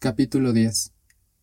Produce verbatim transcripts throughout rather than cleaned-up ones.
Capítulo diez.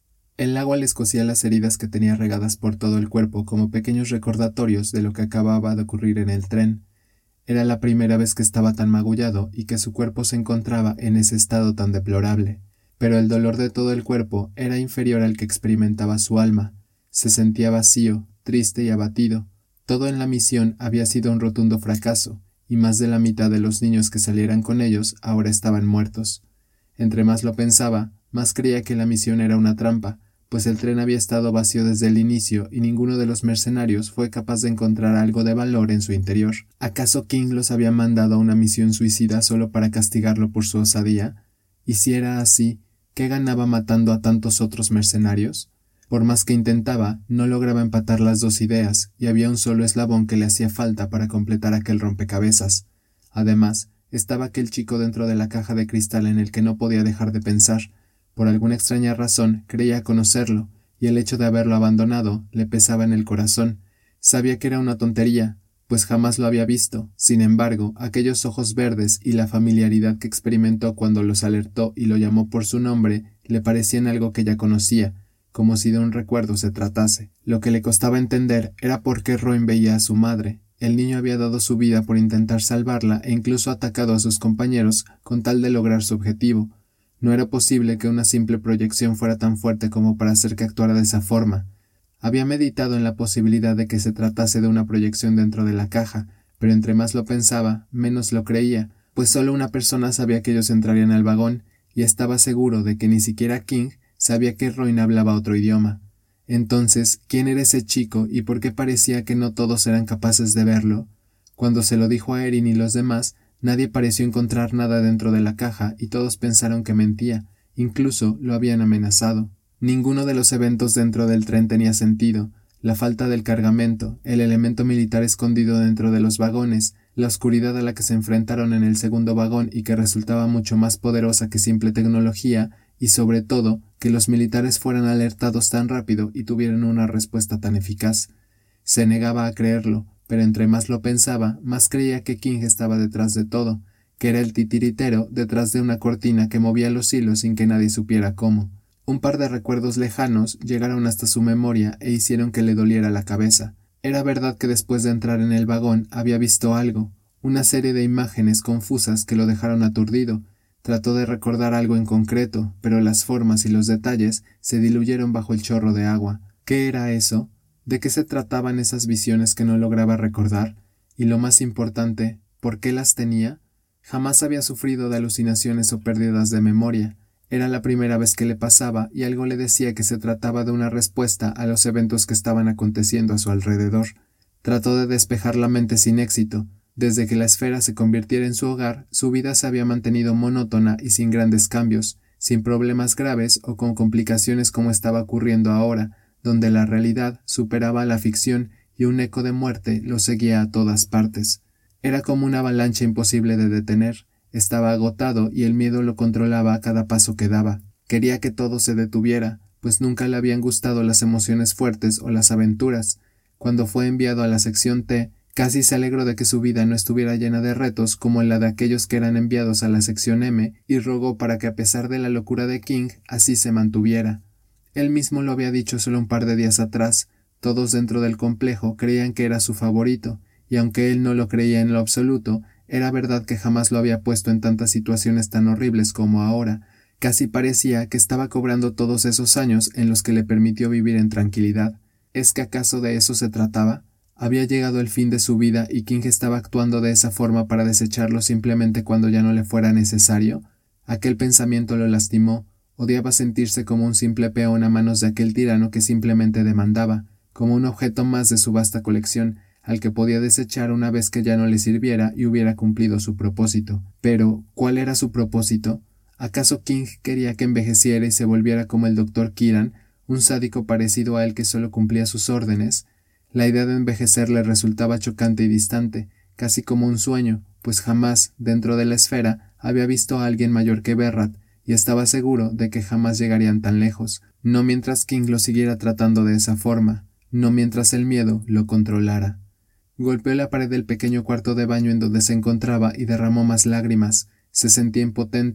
El agua le escocía las heridas que tenía regadas por todo el cuerpo como pequeños recordatorios de lo que acababa de ocurrir en el tren. Era la primera vez que estaba tan magullado y que su cuerpo se encontraba en ese estado tan deplorable. Pero el dolor de todo el cuerpo era inferior al que experimentaba su alma. Se sentía vacío, triste y abatido. Todo en la misión había sido un rotundo fracaso, y más de la mitad de los niños que salieran con ellos ahora estaban muertos. Entre más lo pensaba, más creía que la misión era una trampa, pues el tren había estado vacío desde el inicio y ninguno de los mercenarios fue capaz de encontrar algo de valor en su interior. ¿Acaso King los había mandado a una misión suicida solo para castigarlo por su osadía? Y si era así, ¿qué ganaba matando a tantos otros mercenarios? Por más que intentaba, no lograba empatar las dos ideas, y había un solo eslabón que le hacía falta para completar aquel rompecabezas. Además, estaba aquel chico dentro de la caja de cristal en el que no podía dejar de pensar. Por alguna extraña razón creía conocerlo, y el hecho de haberlo abandonado le pesaba en el corazón. Sabía que era una tontería, pues jamás lo había visto. Sin embargo, aquellos ojos verdes y la familiaridad que experimentó cuando los alertó y lo llamó por su nombre le parecían algo que ya conocía, como si de un recuerdo se tratase. Lo que le costaba entender era por qué Roin veía a su madre. El niño había dado su vida por intentar salvarla e incluso atacado a sus compañeros con tal de lograr su objetivo. No era posible que una simple proyección fuera tan fuerte como para hacer que actuara de esa forma. Había meditado en la posibilidad de que se tratase de una proyección dentro de la caja, pero entre más lo pensaba, menos lo creía, pues solo una persona sabía que ellos entrarían al vagón, y estaba seguro de que ni siquiera King sabía que Roin hablaba otro idioma. Entonces, ¿quién era ese chico y por qué parecía que no todos eran capaces de verlo? Cuando se lo dijo a Erin y los demás, nadie pareció encontrar nada dentro de la caja y todos pensaron que mentía, incluso lo habían amenazado. Ninguno de los eventos dentro del tren tenía sentido. La falta del cargamento, el elemento militar escondido dentro de los vagones, la oscuridad a la que se enfrentaron en el segundo vagón y que resultaba mucho más poderosa que simple tecnología, y sobre todo, que los militares fueran alertados tan rápido y tuvieran una respuesta tan eficaz. Se negaba a creerlo, pero entre más lo pensaba, más creía que King estaba detrás de todo, que era el titiritero detrás de una cortina que movía los hilos sin que nadie supiera cómo. Un par de recuerdos lejanos llegaron hasta su memoria e hicieron que le doliera la cabeza. Era verdad que después de entrar en el vagón había visto algo, una serie de imágenes confusas que lo dejaron aturdido. Trató de recordar algo en concreto, pero las formas y los detalles se diluyeron bajo el chorro de agua. ¿Qué era eso? ¿De qué se trataban esas visiones que no lograba recordar? Y lo más importante, ¿por qué las tenía? Jamás había sufrido de alucinaciones o pérdidas de memoria. Era la primera vez que le pasaba y algo le decía que se trataba de una respuesta a los eventos que estaban aconteciendo a su alrededor. Trató de despejar la mente sin éxito. Desde que la esfera se convirtiera en su hogar, su vida se había mantenido monótona y sin grandes cambios, sin problemas graves o con complicaciones como estaba ocurriendo ahora, donde la realidad superaba a la ficción y un eco de muerte lo seguía a todas partes. Era como una avalancha imposible de detener. Estaba agotado y el miedo lo controlaba a cada paso que daba. Quería que todo se detuviera, pues nunca le habían gustado las emociones fuertes o las aventuras. Cuando fue enviado a la sección T, casi se alegró de que su vida no estuviera llena de retos como la de aquellos que eran enviados a la sección M y rogó para que a pesar de la locura de King, así se mantuviera. Él mismo lo había dicho solo un par de días atrás. Todos dentro del complejo creían que era su favorito, y aunque él no lo creía en lo absoluto, era verdad que jamás lo había puesto en tantas situaciones tan horribles como ahora. Casi parecía que estaba cobrando todos esos años en los que le permitió vivir en tranquilidad. ¿Es que acaso de eso se trataba? Había llegado el fin de su vida y King estaba actuando de esa forma para desecharlo simplemente cuando ya no le fuera necesario. Aquel pensamiento lo lastimó. Odiaba sentirse como un simple peón a manos de aquel tirano que simplemente demandaba, como un objeto más de su vasta colección, al que podía desechar una vez que ya no le sirviera y hubiera cumplido su propósito. Pero, ¿cuál era su propósito? ¿Acaso King quería que envejeciera y se volviera como el doctor Kiran, un sádico parecido a él que solo cumplía sus órdenes? La idea de envejecer le resultaba chocante y distante, casi como un sueño, pues jamás, dentro de la esfera, había visto a alguien mayor que Berrat, y estaba seguro de que jamás llegarían tan lejos, no mientras King lo siguiera tratando de esa forma, no mientras el miedo lo controlara. Golpeó la pared del pequeño cuarto de baño en donde se encontraba y derramó más lágrimas. Se sentía impotente,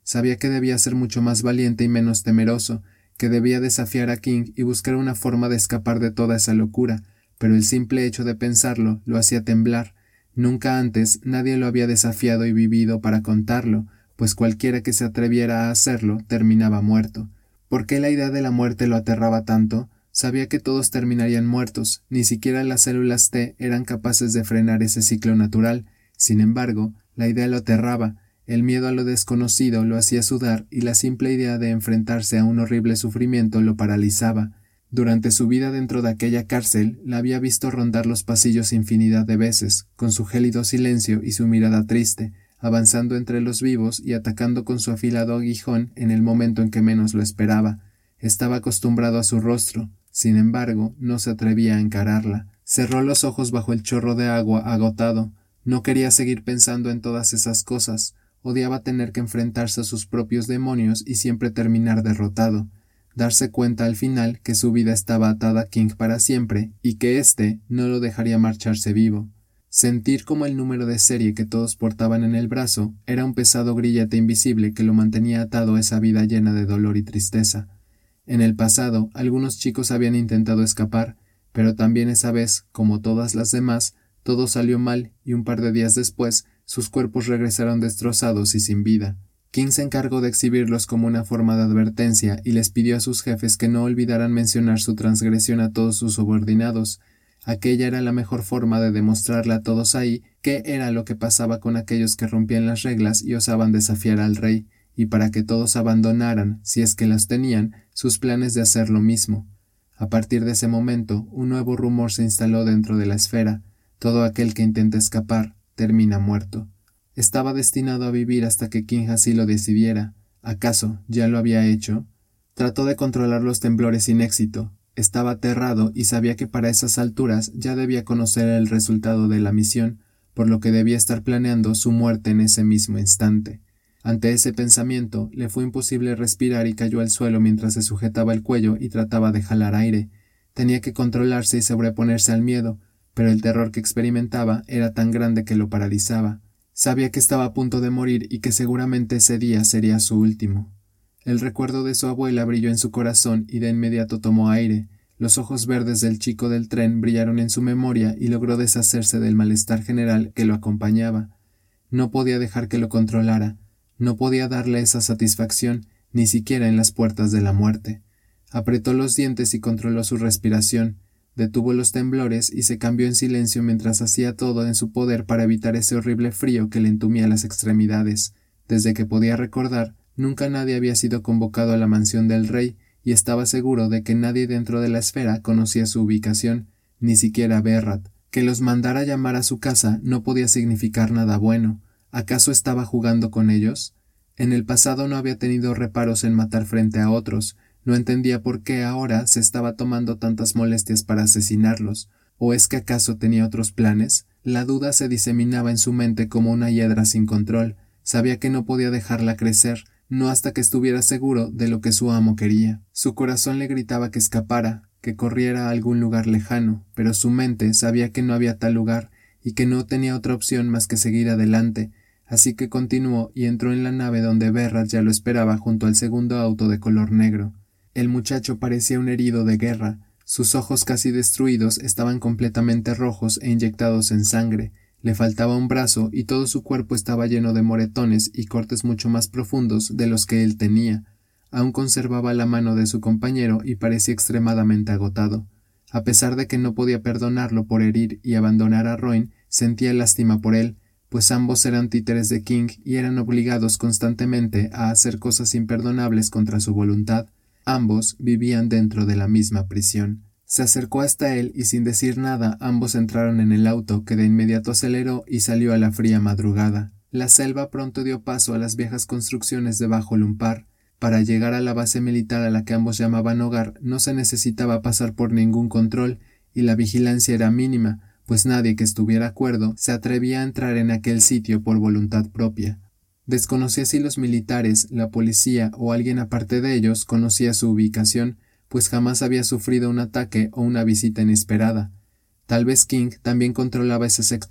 Sabía que debía ser mucho más valiente y menos temeroso, que debía desafiar a King y buscar una forma de escapar de toda esa locura, pero el simple hecho de pensarlo lo hacía temblar. Nunca antes nadie lo había desafiado y vivido para contarlo, pues cualquiera que se atreviera a hacerlo terminaba muerto. ¿Por qué la idea de la muerte lo aterraba tanto? Sabía que todos terminarían muertos, ni siquiera las células T eran capaces de frenar ese ciclo natural. Sin embargo, la idea lo aterraba, el miedo a lo desconocido lo hacía sudar y la simple idea de enfrentarse a un horrible sufrimiento lo paralizaba. Durante su vida dentro de aquella cárcel, la había visto rondar los pasillos infinidad de veces, con su gélido silencio y su mirada triste, avanzando entre los vivos y atacando con su afilado aguijón en el momento en que menos lo esperaba. Estaba acostumbrado a su rostro, sin embargo, no se atrevía a encararla. Cerró los ojos bajo el chorro de agua agotado. No quería seguir pensando en todas esas cosas. Odiaba tener que enfrentarse a sus propios demonios y siempre terminar derrotado. Darse cuenta al final que su vida estaba atada a King para siempre y que éste no lo dejaría marcharse vivo. Sentir como el número de serie que todos portaban en el brazo era un pesado grillete invisible que lo mantenía atado a esa vida llena de dolor y tristeza. En el pasado, algunos chicos habían intentado escapar, pero también esa vez, como todas las demás, todo salió mal y un par de días después, sus cuerpos regresaron destrozados y sin vida. King se encargó de exhibirlos como una forma de advertencia y les pidió a sus jefes que no olvidaran mencionar su transgresión a todos sus subordinados. Aquella era la mejor forma de demostrarle a todos ahí qué era lo que pasaba con aquellos que rompían las reglas y osaban desafiar al rey, y para que todos abandonaran, si es que las tenían, sus planes de hacer lo mismo. A partir de ese momento, un nuevo rumor se instaló dentro de la esfera: todo aquel que intenta escapar termina muerto. Estaba destinado a vivir hasta que King así lo decidiera. ¿Acaso ya lo había hecho? Trató de controlar los temblores sin éxito. Estaba aterrado y sabía que para esas alturas ya debía conocer el resultado de la misión, por lo que debía estar planeando su muerte en ese mismo instante. Ante ese pensamiento, le fue imposible respirar y cayó al suelo mientras se sujetaba el cuello y trataba de jalar aire. Tenía que controlarse y sobreponerse al miedo, pero el terror que experimentaba era tan grande que lo paralizaba. Sabía que estaba a punto de morir y que seguramente ese día sería su último. El recuerdo de su abuela brilló en su corazón y de inmediato tomó aire. Los ojos verdes del chico del tren brillaron en su memoria y logró deshacerse del malestar general que lo acompañaba. No podía dejar que lo controlara. No podía darle esa satisfacción, ni siquiera en las puertas de la muerte. Apretó los dientes y controló su respiración. Detuvo los temblores y se cambió en silencio mientras hacía todo en su poder para evitar ese horrible frío que le entumía las extremidades. Desde que podía recordar, nunca nadie había sido convocado a la mansión del rey, y estaba seguro de que nadie dentro de la esfera conocía su ubicación, ni siquiera Berrat. Que los mandara llamar a su casa no podía significar nada bueno. ¿Acaso estaba jugando con ellos? En el pasado no había tenido reparos en matar frente a otros. No entendía por qué ahora se estaba tomando tantas molestias para asesinarlos. ¿O es que acaso tenía otros planes? La duda se diseminaba en su mente como una hiedra sin control. Sabía que no podía dejarla crecer, no hasta que estuviera seguro de lo que su amo quería. Su corazón le gritaba que escapara, que corriera a algún lugar lejano, pero su mente sabía que no había tal lugar y que no tenía otra opción más que seguir adelante, así que continuó y entró en la nave donde Berrat ya lo esperaba junto al segundo auto de color negro. El muchacho parecía un herido de guerra. Sus ojos casi destruidos estaban completamente rojos e inyectados en sangre. Le faltaba un brazo y todo su cuerpo estaba lleno de moretones y cortes mucho más profundos de los que él tenía. Aún conservaba la mano de su compañero y parecía extremadamente agotado. A pesar de que no podía perdonarlo por herir y abandonar a Roin, sentía lástima por él, pues ambos eran títeres de King y eran obligados constantemente a hacer cosas imperdonables contra su voluntad. Ambos vivían dentro de la misma prisión. Se acercó hasta él y sin decir nada ambos entraron en el auto, que de inmediato aceleró y salió a la fría madrugada. La selva pronto dio paso a las viejas construcciones de Bajo Lumpar. Para llegar a la base militar a la que ambos llamaban hogar no se necesitaba pasar por ningún control y la vigilancia era mínima, pues nadie que estuviera cuerdo se atrevía a entrar en aquel sitio por voluntad propia. Desconocía si los militares, la policía o alguien aparte de ellos conocía su ubicación, pues jamás había sufrido un ataque o una visita inesperada. Tal vez King también controlaba ese sector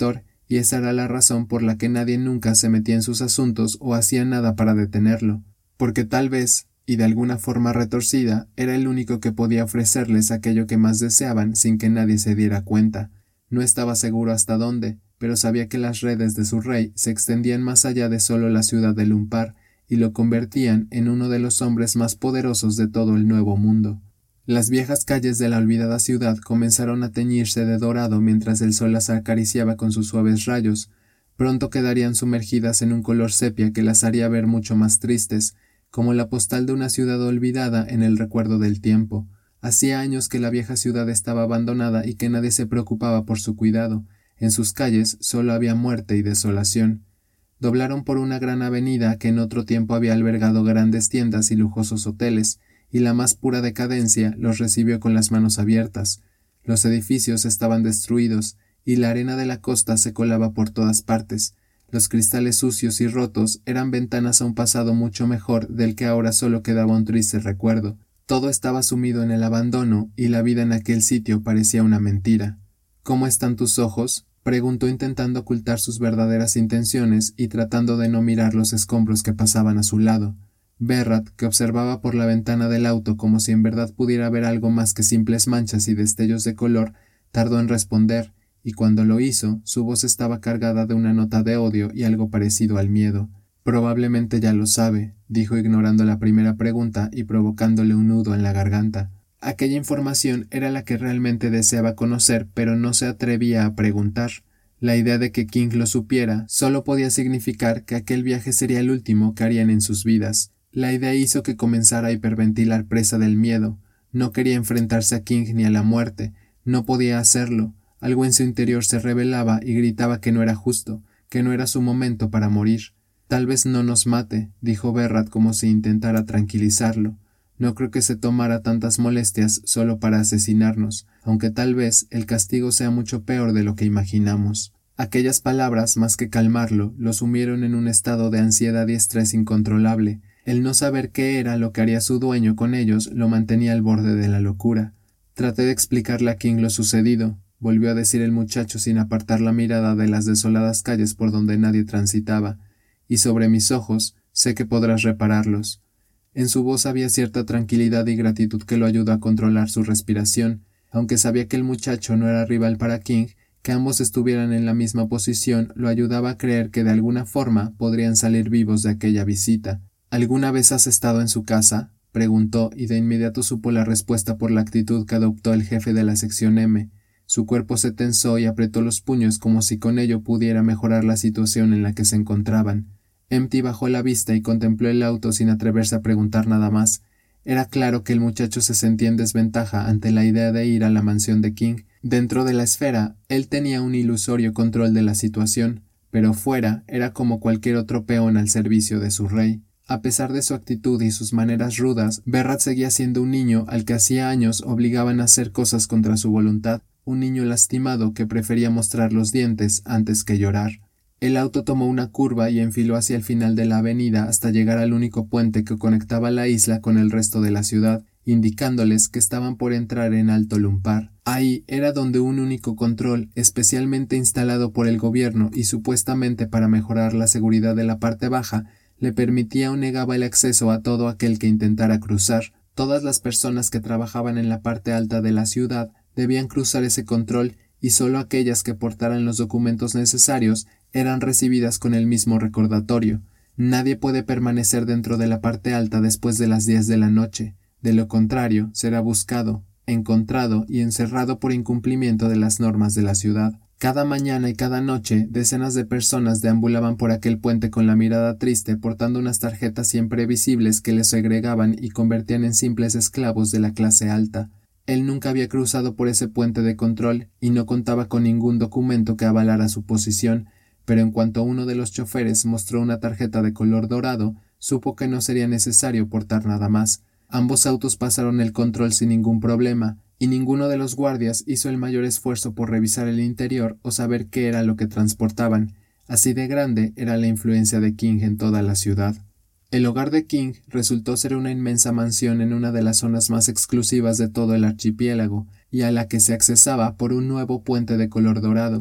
y esa era la razón por la que nadie nunca se metía en sus asuntos o hacía nada para detenerlo, porque tal vez, y de alguna forma retorcida, era el único que podía ofrecerles aquello que más deseaban sin que nadie se diera cuenta. No estaba seguro hasta dónde, pero sabía que las redes de su rey se extendían más allá de solo la ciudad de Lumpar y lo convertían en uno de los hombres más poderosos de todo el Nuevo Mundo. Las viejas calles de la olvidada ciudad comenzaron a teñirse de dorado mientras el sol las acariciaba con sus suaves rayos. Pronto quedarían sumergidas en un color sepia que las haría ver mucho más tristes, como la postal de una ciudad olvidada en el recuerdo del tiempo. Hacía años que la vieja ciudad estaba abandonada y que nadie se preocupaba por su cuidado. En sus calles solo había muerte y desolación. Doblaron por una gran avenida que en otro tiempo había albergado grandes tiendas y lujosos hoteles, y la más pura decadencia los recibió con las manos abiertas. Los edificios estaban destruidos, y la arena de la costa se colaba por todas partes. Los cristales sucios y rotos eran ventanas a un pasado mucho mejor del que ahora solo quedaba un triste recuerdo. Todo estaba sumido en el abandono, y la vida en aquel sitio parecía una mentira. ¿Cómo están tus ojos?, preguntó intentando ocultar sus verdaderas intenciones y tratando de no mirar los escombros que pasaban a su lado. Berrat, que observaba por la ventana del auto como si en verdad pudiera ver algo más que simples manchas y destellos de color, tardó en responder, y cuando lo hizo, su voz estaba cargada de una nota de odio y algo parecido al miedo. Probablemente ya lo sabe, dijo ignorando la primera pregunta y provocándole un nudo en la garganta. Aquella información era la que realmente deseaba conocer, pero no se atrevía a preguntar. La idea de que King lo supiera solo podía significar que aquel viaje sería el último que harían en sus vidas. La idea hizo que comenzara a hiperventilar presa del miedo. No quería enfrentarse a King ni a la muerte. No podía hacerlo. Algo en su interior se rebelaba y gritaba que no era justo, que no era su momento para morir. Tal vez no nos mate, dijo Berrat como si intentara tranquilizarlo. No creo que se tomara tantas molestias solo para asesinarnos, aunque tal vez el castigo sea mucho peor de lo que imaginamos. Aquellas palabras, más que calmarlo, lo sumieron en un estado de ansiedad y estrés incontrolable. El no saber qué era lo que haría su dueño con ellos lo mantenía al borde de la locura. Traté de explicarle a King lo sucedido, volvió a decir el muchacho sin apartar la mirada de las desoladas calles por donde nadie transitaba, y sobre mis ojos sé que podrás repararlos. En su voz había cierta tranquilidad y gratitud que lo ayudó a controlar su respiración, aunque sabía que el muchacho no era rival para King, que ambos estuvieran en la misma posición lo ayudaba a creer que de alguna forma podrían salir vivos de aquella visita. ¿Alguna vez has estado en su casa?, preguntó, y de inmediato supo la respuesta por la actitud que adoptó el jefe de la sección M. Su cuerpo se tensó y apretó los puños como si con ello pudiera mejorar la situación en la que se encontraban. Empty bajó la vista y contempló el auto sin atreverse a preguntar nada más. Era claro que el muchacho se sentía en desventaja ante la idea de ir a la mansión de King. Dentro de la esfera, él tenía un ilusorio control de la situación, pero fuera era como cualquier otro peón al servicio de su rey. A pesar de su actitud y sus maneras rudas, Berrat seguía siendo un niño al que hacía años obligaban a hacer cosas contra su voluntad, un niño lastimado que prefería mostrar los dientes antes que llorar. El auto tomó una curva y enfiló hacia el final de la avenida hasta llegar al único puente que conectaba la isla con el resto de la ciudad, indicándoles que estaban por entrar en Alto Lumpar. Ahí era donde un único control, especialmente instalado por el gobierno y supuestamente para mejorar la seguridad de la parte baja, le permitía o negaba el acceso a todo aquel que intentara cruzar. Todas las personas que trabajaban en la parte alta de la ciudad debían cruzar ese control y solo aquellas que portaran los documentos necesarios eran recibidas con el mismo recordatorio. Nadie puede permanecer dentro de la parte alta después de las diez de la noche. De lo contrario, será buscado, encontrado y encerrado por incumplimiento de las normas de la ciudad. Cada mañana y cada noche, decenas de personas deambulaban por aquel puente con la mirada triste, portando unas tarjetas siempre visibles que les segregaban y convertían en simples esclavos de la clase alta. Él nunca había cruzado por ese puente de control y no contaba con ningún documento que avalara su posición, pero en cuanto uno de los choferes mostró una tarjeta de color dorado, supo que no sería necesario portar nada más. Ambos autos pasaron el control sin ningún problema, y ninguno de los guardias hizo el mayor esfuerzo por revisar el interior o saber qué era lo que transportaban. Así de grande era la influencia de King en toda la ciudad. El hogar de King resultó ser una inmensa mansión en una de las zonas más exclusivas de todo el archipiélago, y a la que se accesaba por un nuevo puente de color dorado.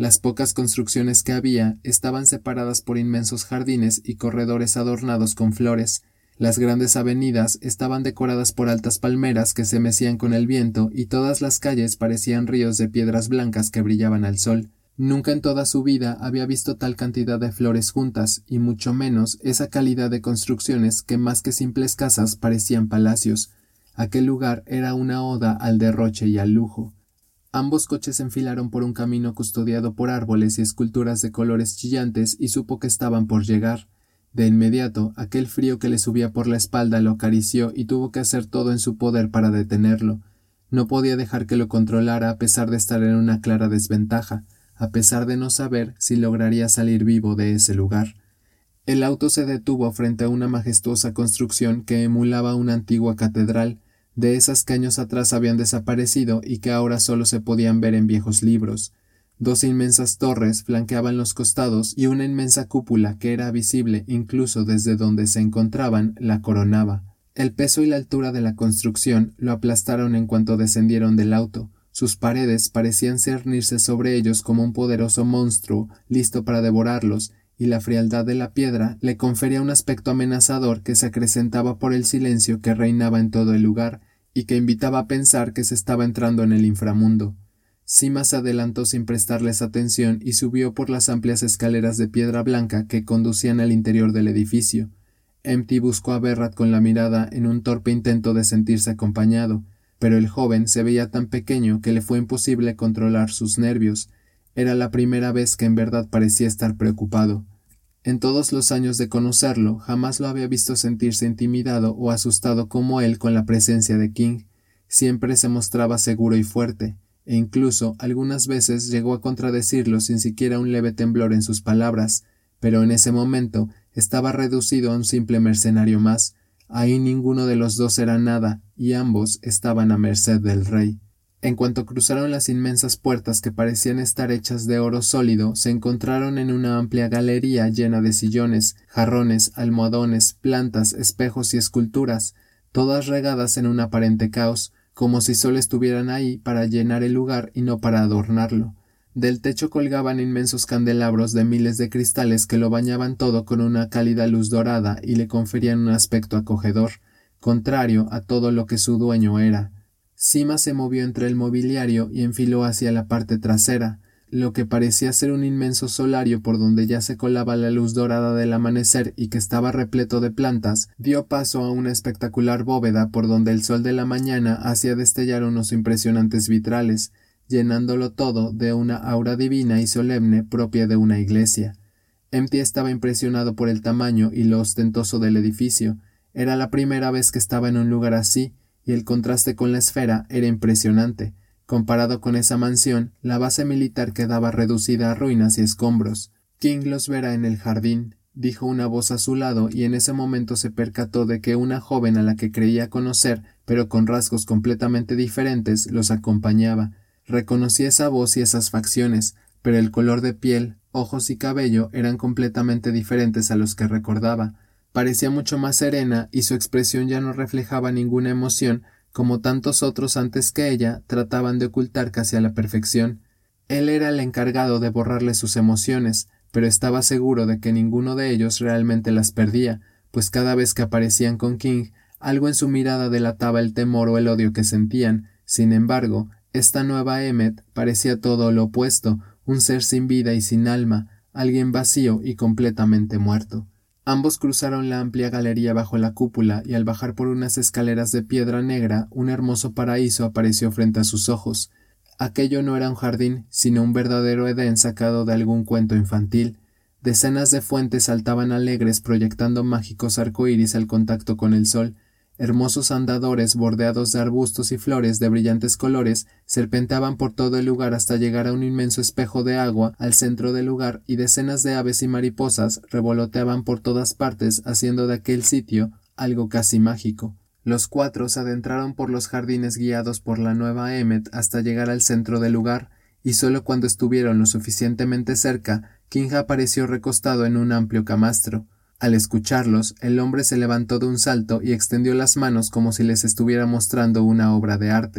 Las pocas construcciones que había estaban separadas por inmensos jardines y corredores adornados con flores. Las grandes avenidas estaban decoradas por altas palmeras que se mecían con el viento y todas las calles parecían ríos de piedras blancas que brillaban al sol. Nunca en toda su vida había visto tal cantidad de flores juntas, y mucho menos esa calidad de construcciones que más que simples casas parecían palacios. Aquel lugar era una oda al derroche y al lujo. Ambos coches se enfilaron por un camino custodiado por árboles y esculturas de colores chillantes y supo que estaban por llegar. De inmediato, aquel frío que le subía por la espalda lo acarició y tuvo que hacer todo en su poder para detenerlo. No podía dejar que lo controlara a pesar de estar en una clara desventaja, a pesar de no saber si lograría salir vivo de ese lugar. El auto se detuvo frente a una majestuosa construcción que emulaba una antigua catedral, de esas que años atrás habían desaparecido y que ahora solo se podían ver en viejos libros. Dos inmensas torres flanqueaban los costados y una inmensa cúpula que era visible incluso desde donde se encontraban la coronaba. El peso y la altura de la construcción lo aplastaron en cuanto descendieron del auto. Sus paredes parecían cernirse sobre ellos como un poderoso monstruo listo para devorarlos, y la frialdad de la piedra le confería un aspecto amenazador que se acrecentaba por el silencio que reinaba en todo el lugar y que invitaba a pensar que se estaba entrando en el inframundo. Sima se adelantó sin prestarles atención y subió por las amplias escaleras de piedra blanca que conducían al interior del edificio. Empty buscó a Berrat con la mirada en un torpe intento de sentirse acompañado, pero el joven se veía tan pequeño que le fue imposible controlar sus nervios. Era la primera vez que en verdad parecía estar preocupado. En todos los años de conocerlo, jamás lo había visto sentirse intimidado o asustado como él con la presencia de King. Siempre se mostraba seguro y fuerte, e incluso algunas veces llegó a contradecirlo sin siquiera un leve temblor en sus palabras, pero en ese momento estaba reducido a un simple mercenario más. Ahí ninguno de los dos era nada, y ambos estaban a merced del rey. En cuanto cruzaron las inmensas puertas que parecían estar hechas de oro sólido, se encontraron en una amplia galería llena de sillones, jarrones, almohadones, plantas, espejos y esculturas, todas regadas en un aparente caos, como si solo estuvieran ahí para llenar el lugar y no para adornarlo. Del techo colgaban inmensos candelabros de miles de cristales que lo bañaban todo con una cálida luz dorada y le conferían un aspecto acogedor, contrario a todo lo que su dueño era. Sima se movió entre el mobiliario y enfiló hacia la parte trasera, lo que parecía ser un inmenso solario por donde ya se colaba la luz dorada del amanecer y que estaba repleto de plantas, dio paso a una espectacular bóveda por donde el sol de la mañana hacía destellar unos impresionantes vitrales, llenándolo todo de una aura divina y solemne propia de una iglesia. Empty estaba impresionado por el tamaño y lo ostentoso del edificio. Era la primera vez que estaba en un lugar así, y el contraste con la esfera era impresionante. Comparado con esa mansión, la base militar quedaba reducida a ruinas y escombros. King los verá en el jardín, dijo una voz a su lado, y en ese momento se percató de que una joven a la que creía conocer, pero con rasgos completamente diferentes, los acompañaba. Reconocí esa voz y esas facciones, pero el color de piel, ojos y cabello eran completamente diferentes a los que recordaba. Parecía mucho más serena y su expresión ya no reflejaba ninguna emoción, como tantos otros antes que ella trataban de ocultar casi a la perfección. Él era el encargado de borrarle sus emociones, pero estaba seguro de que ninguno de ellos realmente las perdía, pues cada vez que aparecían con King, algo en su mirada delataba el temor o el odio que sentían. Sin embargo, esta nueva Emmet parecía todo lo opuesto, un ser sin vida y sin alma, alguien vacío y completamente muerto. Ambos cruzaron la amplia galería bajo la cúpula y al bajar por unas escaleras de piedra negra, un hermoso paraíso apareció frente a sus ojos. Aquello no era un jardín, sino un verdadero Edén sacado de algún cuento infantil. Decenas de fuentes saltaban alegres proyectando mágicos arcoíris al contacto con el sol. Hermosos andadores bordeados de arbustos y flores de brillantes colores serpenteaban por todo el lugar hasta llegar a un inmenso espejo de agua al centro del lugar, y decenas de aves y mariposas revoloteaban por todas partes, haciendo de aquel sitio algo casi mágico. Los cuatro se adentraron por los jardines guiados por la nueva Emmet hasta llegar al centro del lugar, y solo cuando estuvieron lo suficientemente cerca, King apareció recostado en un amplio camastro. Al escucharlos, el hombre se levantó de un salto y extendió las manos como si les estuviera mostrando una obra de arte.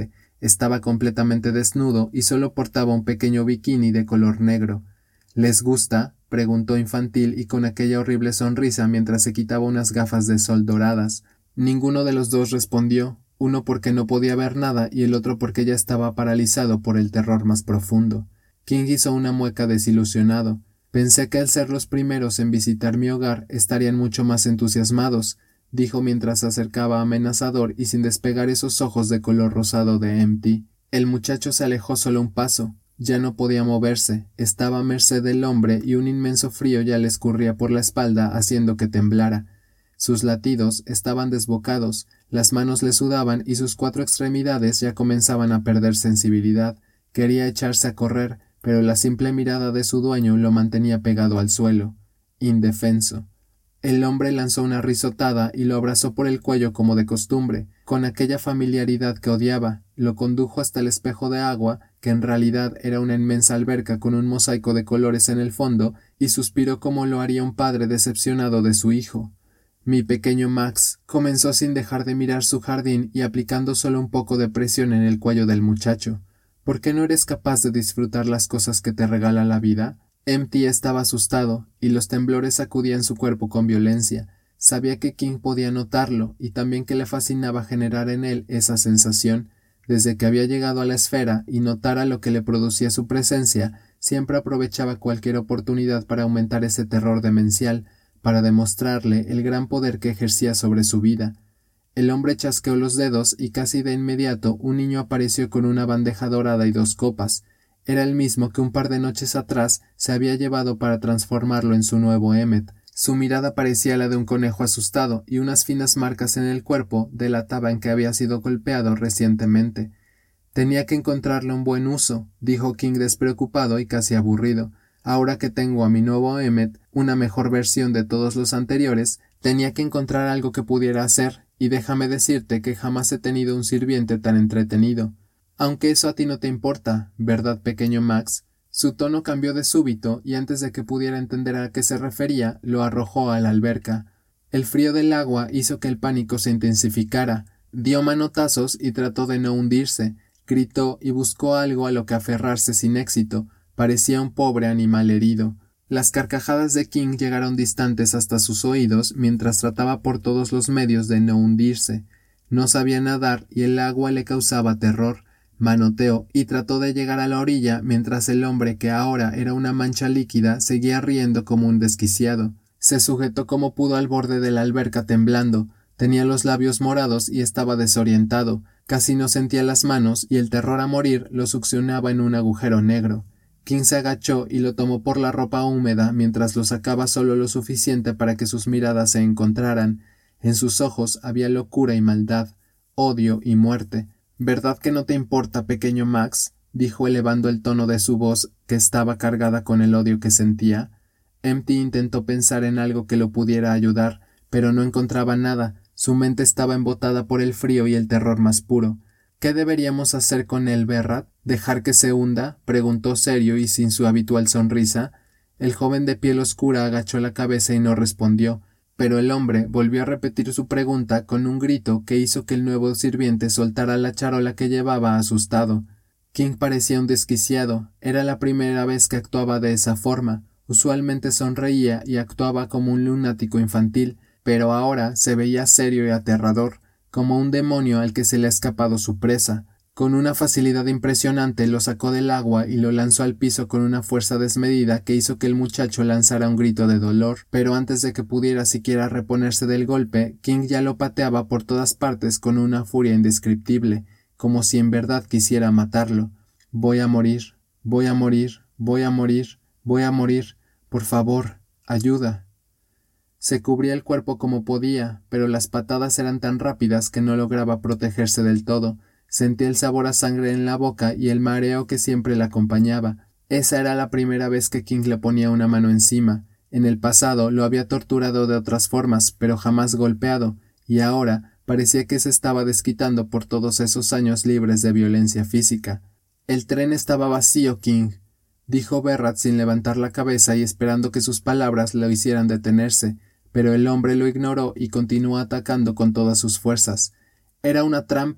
Estaba completamente desnudo y solo portaba un pequeño bikini de color negro. ¿Les gusta?, preguntó infantil y con aquella horrible sonrisa mientras se quitaba unas gafas de sol doradas. Ninguno de los dos respondió, uno porque no podía ver nada y el otro porque ya estaba paralizado por el terror más profundo. King hizo una mueca desilusionado. Pensé que al ser los primeros en visitar mi hogar estarían mucho más entusiasmados, dijo mientras se acercaba amenazador y sin despegar esos ojos de color rosado de M T. El muchacho se alejó solo un paso. Ya no podía moverse, estaba a merced del hombre y un inmenso frío ya le escurría por la espalda haciendo que temblara. Sus latidos estaban desbocados, las manos le sudaban y sus cuatro extremidades ya comenzaban a perder sensibilidad. Quería echarse a correr, pero la simple mirada de su dueño lo mantenía pegado al suelo, indefenso. El hombre lanzó una risotada y lo abrazó por el cuello como de costumbre, con aquella familiaridad que odiaba, lo condujo hasta el espejo de agua, que en realidad era una inmensa alberca con un mosaico de colores en el fondo, y suspiró como lo haría un padre decepcionado de su hijo. Mi pequeño Max comenzó sin dejar de mirar su jardín y aplicando solo un poco de presión en el cuello del muchacho. ¿Por qué no eres capaz de disfrutar las cosas que te regala la vida? M T estaba asustado, y los temblores sacudían su cuerpo con violencia. Sabía que King podía notarlo, y también que le fascinaba generar en él esa sensación. Desde que había llegado a la esfera y notara lo que le producía su presencia, siempre aprovechaba cualquier oportunidad para aumentar ese terror demencial, para demostrarle el gran poder que ejercía sobre su vida. El hombre chasqueó los dedos y casi de inmediato un niño apareció con una bandeja dorada y dos copas. Era el mismo que un par de noches atrás se había llevado para transformarlo en su nuevo Emmet. Su mirada parecía la de un conejo asustado y unas finas marcas en el cuerpo delataban que había sido golpeado recientemente. Tenía que encontrarle un buen uso, dijo King despreocupado y casi aburrido. Ahora que tengo a mi nuevo Emmet, una mejor versión de todos los anteriores, tenía que encontrar algo que pudiera hacer, y déjame decirte que jamás he tenido un sirviente tan entretenido. Aunque eso a ti no te importa, ¿verdad, pequeño Max? Su tono cambió de súbito y antes de que pudiera entender a qué se refería, lo arrojó a la alberca. El frío del agua hizo que el pánico se intensificara. Dio manotazos y trató de no hundirse. Gritó y buscó algo a lo que aferrarse sin éxito. Parecía un pobre animal herido. Las carcajadas de King llegaron distantes hasta sus oídos mientras trataba por todos los medios de no hundirse. No sabía nadar y el agua le causaba terror. Manoteó y trató de llegar a la orilla mientras el hombre, que ahora era una mancha líquida, seguía riendo como un desquiciado. Se sujetó como pudo al borde de la alberca temblando. Tenía los labios morados y estaba desorientado. Casi no sentía las manos y el terror a morir lo succionaba en un agujero negro. King se agachó y lo tomó por la ropa húmeda mientras lo sacaba solo lo suficiente para que sus miradas se encontraran. En sus ojos había locura y maldad, odio y muerte. ¿Verdad que no te importa, pequeño Max?, dijo elevando el tono de su voz, que estaba cargada con el odio que sentía. M T intentó pensar en algo que lo pudiera ayudar, pero no encontraba nada. Su mente estaba embotada por el frío y el terror más puro. ¿Qué deberíamos hacer con él, Berrat? ¿Dejar que se hunda?, preguntó serio y sin su habitual sonrisa. El joven de piel oscura agachó la cabeza y no respondió, pero el hombre volvió a repetir su pregunta con un grito que hizo que el nuevo sirviente soltara la charola que llevaba asustado. King parecía un desquiciado. Era la primera vez que actuaba de esa forma. Usualmente sonreía y actuaba como un lunático infantil, pero ahora se veía serio y aterrador, como un demonio al que se le ha escapado su presa. Con una facilidad impresionante lo sacó del agua y lo lanzó al piso con una fuerza desmedida que hizo que el muchacho lanzara un grito de dolor, pero antes de que pudiera siquiera reponerse del golpe, King ya lo pateaba por todas partes con una furia indescriptible, como si en verdad quisiera matarlo. Voy a morir, voy a morir, voy a morir, voy a morir, por favor, ayuda. Se cubría el cuerpo como podía, pero las patadas eran tan rápidas que no lograba protegerse del todo. Sentía el sabor a sangre en la boca y el mareo que siempre la acompañaba. Esa era la primera vez que King le ponía una mano encima. En el pasado lo había torturado de otras formas, pero jamás golpeado, y ahora parecía que se estaba desquitando por todos esos años libres de violencia física. El tren estaba vacío, King, dijo Berrat sin levantar la cabeza y esperando que sus palabras lo hicieran detenerse, pero el hombre lo ignoró y continuó atacando con todas sus fuerzas. Era una trampa.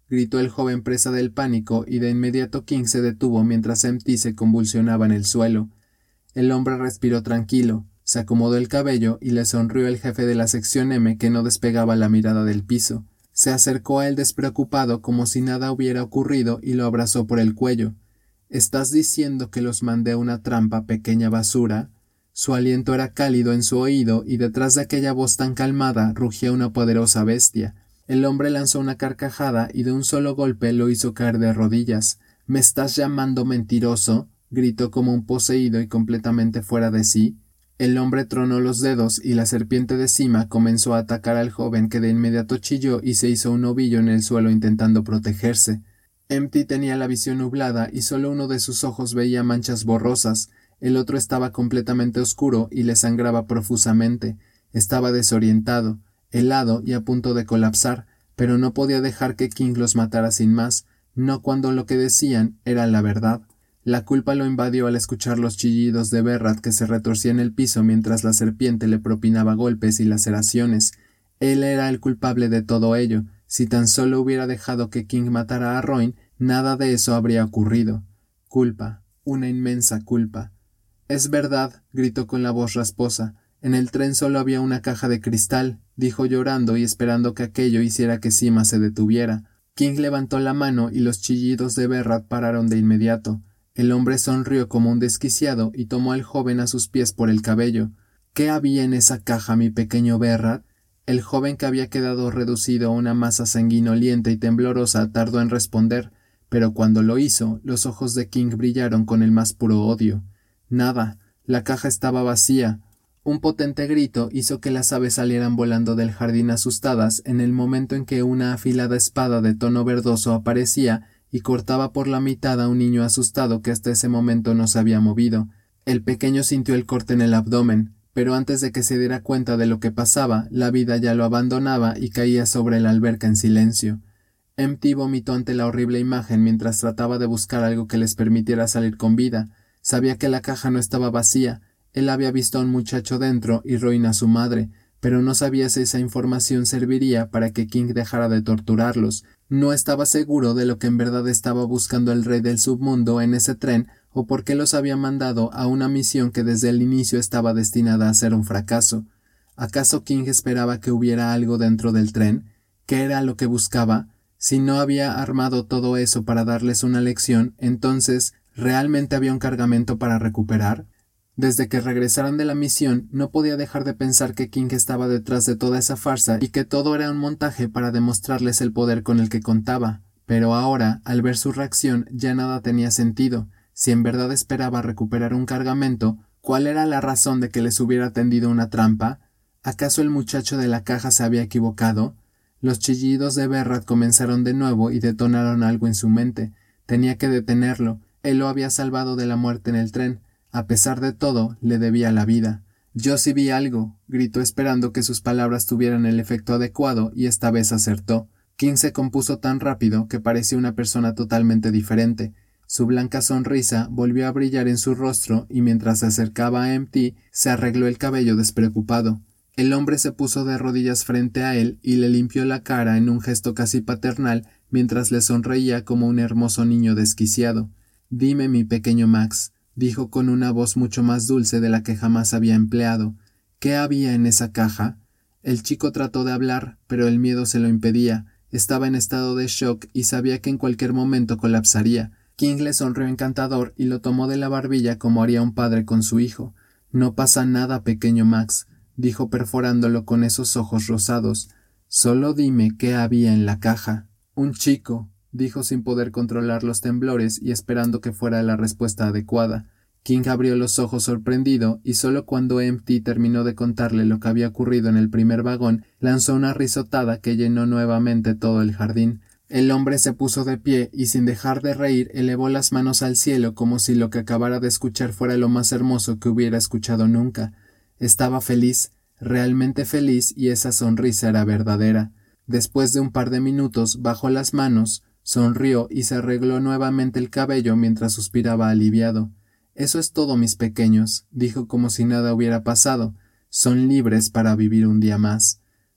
gritó el joven presa del pánico, y de inmediato King se detuvo mientras Empty se convulsionaba en el suelo. El hombre respiró tranquilo, se acomodó el cabello y le sonrió el jefe de la sección M, que no despegaba la mirada del piso. Se acercó a él despreocupado como si nada hubiera ocurrido y lo abrazó por el cuello. ¿Estás diciendo que los mandé a una trampa, pequeña basura? Su aliento era cálido en su oído y detrás de aquella voz tan calmada rugía una poderosa bestia. El hombre lanzó una carcajada y de un solo golpe lo hizo caer de rodillas. ¿Me estás llamando mentiroso?, gritó como un poseído y completamente fuera de sí. El hombre tronó los dedos y la serpiente de cima comenzó a atacar al joven, que de inmediato chilló y se hizo un ovillo en el suelo intentando protegerse. Empty tenía la visión nublada y solo uno de sus ojos veía manchas borrosas. El otro estaba completamente oscuro y le sangraba profusamente. Estaba desorientado, helado y a punto de colapsar, pero no podía dejar que King los matara sin más, no cuando lo que decían era la verdad. La culpa lo invadió al escuchar los chillidos de Berrat, que se retorcía en el piso mientras la serpiente le propinaba golpes y laceraciones. Él era el culpable de todo ello. Si tan solo hubiera dejado que King matara a Roin, nada de eso habría ocurrido. Culpa, una inmensa culpa. «Es verdad», gritó con la voz rasposa. «En el tren solo había una caja de cristal», dijo llorando y esperando que aquello hiciera que Sima se detuviera. King levantó la mano y los chillidos de Berrat pararon de inmediato. El hombre sonrió como un desquiciado y tomó al joven a sus pies por el cabello. «¿Qué había en esa caja, mi pequeño Berrat?». El joven, que había quedado reducido a una masa sanguinolienta y temblorosa, tardó en responder, pero cuando lo hizo, los ojos de King brillaron con el más puro odio. Nada, la caja estaba vacía. Un potente grito hizo que las aves salieran volando del jardín asustadas en el momento en que una afilada espada de tono verdoso aparecía y cortaba por la mitad a un niño asustado que hasta ese momento no se había movido. El pequeño sintió el corte en el abdomen, pero antes de que se diera cuenta de lo que pasaba, la vida ya lo abandonaba y caía sobre la alberca en silencio. Empty vomitó ante la horrible imagen mientras trataba de buscar algo que les permitiera salir con vida. Sabía que la caja no estaba vacía. Él había visto a un muchacho dentro y Roin a su madre, pero no sabía si esa información serviría para que King dejara de torturarlos. No estaba seguro de lo que en verdad estaba buscando el rey del submundo en ese tren, o por qué los había mandado a una misión que desde el inicio estaba destinada a ser un fracaso. ¿Acaso King esperaba que hubiera algo dentro del tren? ¿Qué era lo que buscaba? Si no había armado todo eso para darles una lección, entonces, ¿realmente había un cargamento para recuperar? Desde que regresaron de la misión, no podía dejar de pensar que King estaba detrás de toda esa farsa y que todo era un montaje para demostrarles el poder con el que contaba. Pero ahora, al ver su reacción, ya nada tenía sentido. Si en verdad esperaba recuperar un cargamento, ¿cuál era la razón de que les hubiera tendido una trampa? ¿Acaso el muchacho de la caja se había equivocado? Los chillidos de Berrat comenzaron de nuevo y detonaron algo en su mente. Tenía que detenerlo. Él lo había salvado de la muerte en el tren. A pesar de todo, le debía la vida. «Yo sí vi algo», gritó esperando que sus palabras tuvieran el efecto adecuado, y esta vez acertó. King se compuso tan rápido que parecía una persona totalmente diferente. Su blanca sonrisa volvió a brillar en su rostro y mientras se acercaba a Empty, se arregló el cabello despreocupado. El hombre se puso de rodillas frente a él y le limpió la cara en un gesto casi paternal mientras le sonreía como un hermoso niño desquiciado. «Dime, mi pequeño Max», dijo con una voz mucho más dulce de la que jamás había empleado, «¿qué había en esa caja?». El chico trató de hablar, pero el miedo se lo impedía. Estaba en estado de shock y sabía que en cualquier momento colapsaría. King le sonrió encantador y lo tomó de la barbilla como haría un padre con su hijo. «No pasa nada, pequeño Max», dijo perforándolo con esos ojos rosados. «Solo dime qué había en la caja». «Un chico», dijo sin poder controlar los temblores y esperando que fuera la respuesta adecuada. King abrió los ojos sorprendido y solo cuando Empty terminó de contarle lo que había ocurrido en el primer vagón, lanzó una risotada que llenó nuevamente todo el jardín. El hombre se puso de pie y sin dejar de reír elevó las manos al cielo como si lo que acabara de escuchar fuera lo más hermoso que hubiera escuchado nunca. Estaba feliz, realmente feliz, y esa sonrisa era verdadera. Después de un par de minutos bajó las manos, sonrió y se arregló nuevamente el cabello mientras suspiraba aliviado. «Eso es todo, mis pequeños», dijo como si nada hubiera pasado. «Son libres para vivir un día más».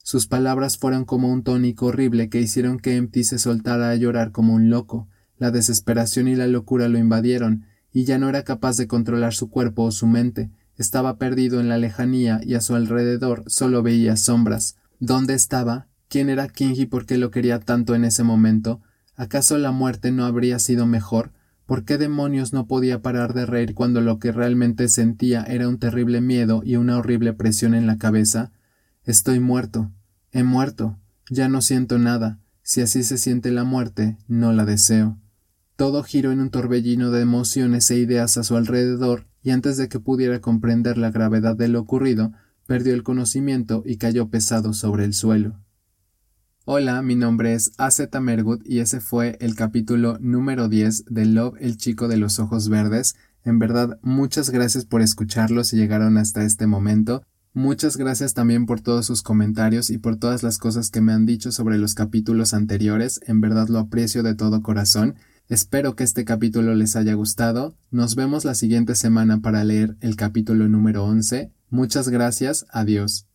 Sus palabras fueron como un tónico horrible que hicieron que Empty se soltara a llorar como un loco. La desesperación y la locura lo invadieron, y ya no era capaz de controlar su cuerpo o su mente. Estaba perdido en la lejanía y a su alrededor solo veía sombras. ¿Dónde estaba? ¿Quién era King y por qué lo quería tanto en ese momento? ¿Acaso la muerte no habría sido mejor? ¿Por qué demonios no podía parar de reír cuando lo que realmente sentía era un terrible miedo y una horrible presión en la cabeza? Estoy muerto. He muerto. Ya no siento nada. Si así se siente la muerte, no la deseo. Todo giró en un torbellino de emociones e ideas a su alrededor, y antes de que pudiera comprender la gravedad de lo ocurrido, perdió el conocimiento y cayó pesado sobre el suelo. Hola, mi nombre es A Z Mergut y ese fue el capítulo número diez de Love, el chico de los ojos verdes. En verdad, muchas gracias por escucharlo si llegaron hasta este momento. Muchas gracias también por todos sus comentarios y por todas las cosas que me han dicho sobre los capítulos anteriores. En verdad lo aprecio de todo corazón. Espero que este capítulo les haya gustado. Nos vemos la siguiente semana para leer el capítulo número once. Muchas gracias. Adiós.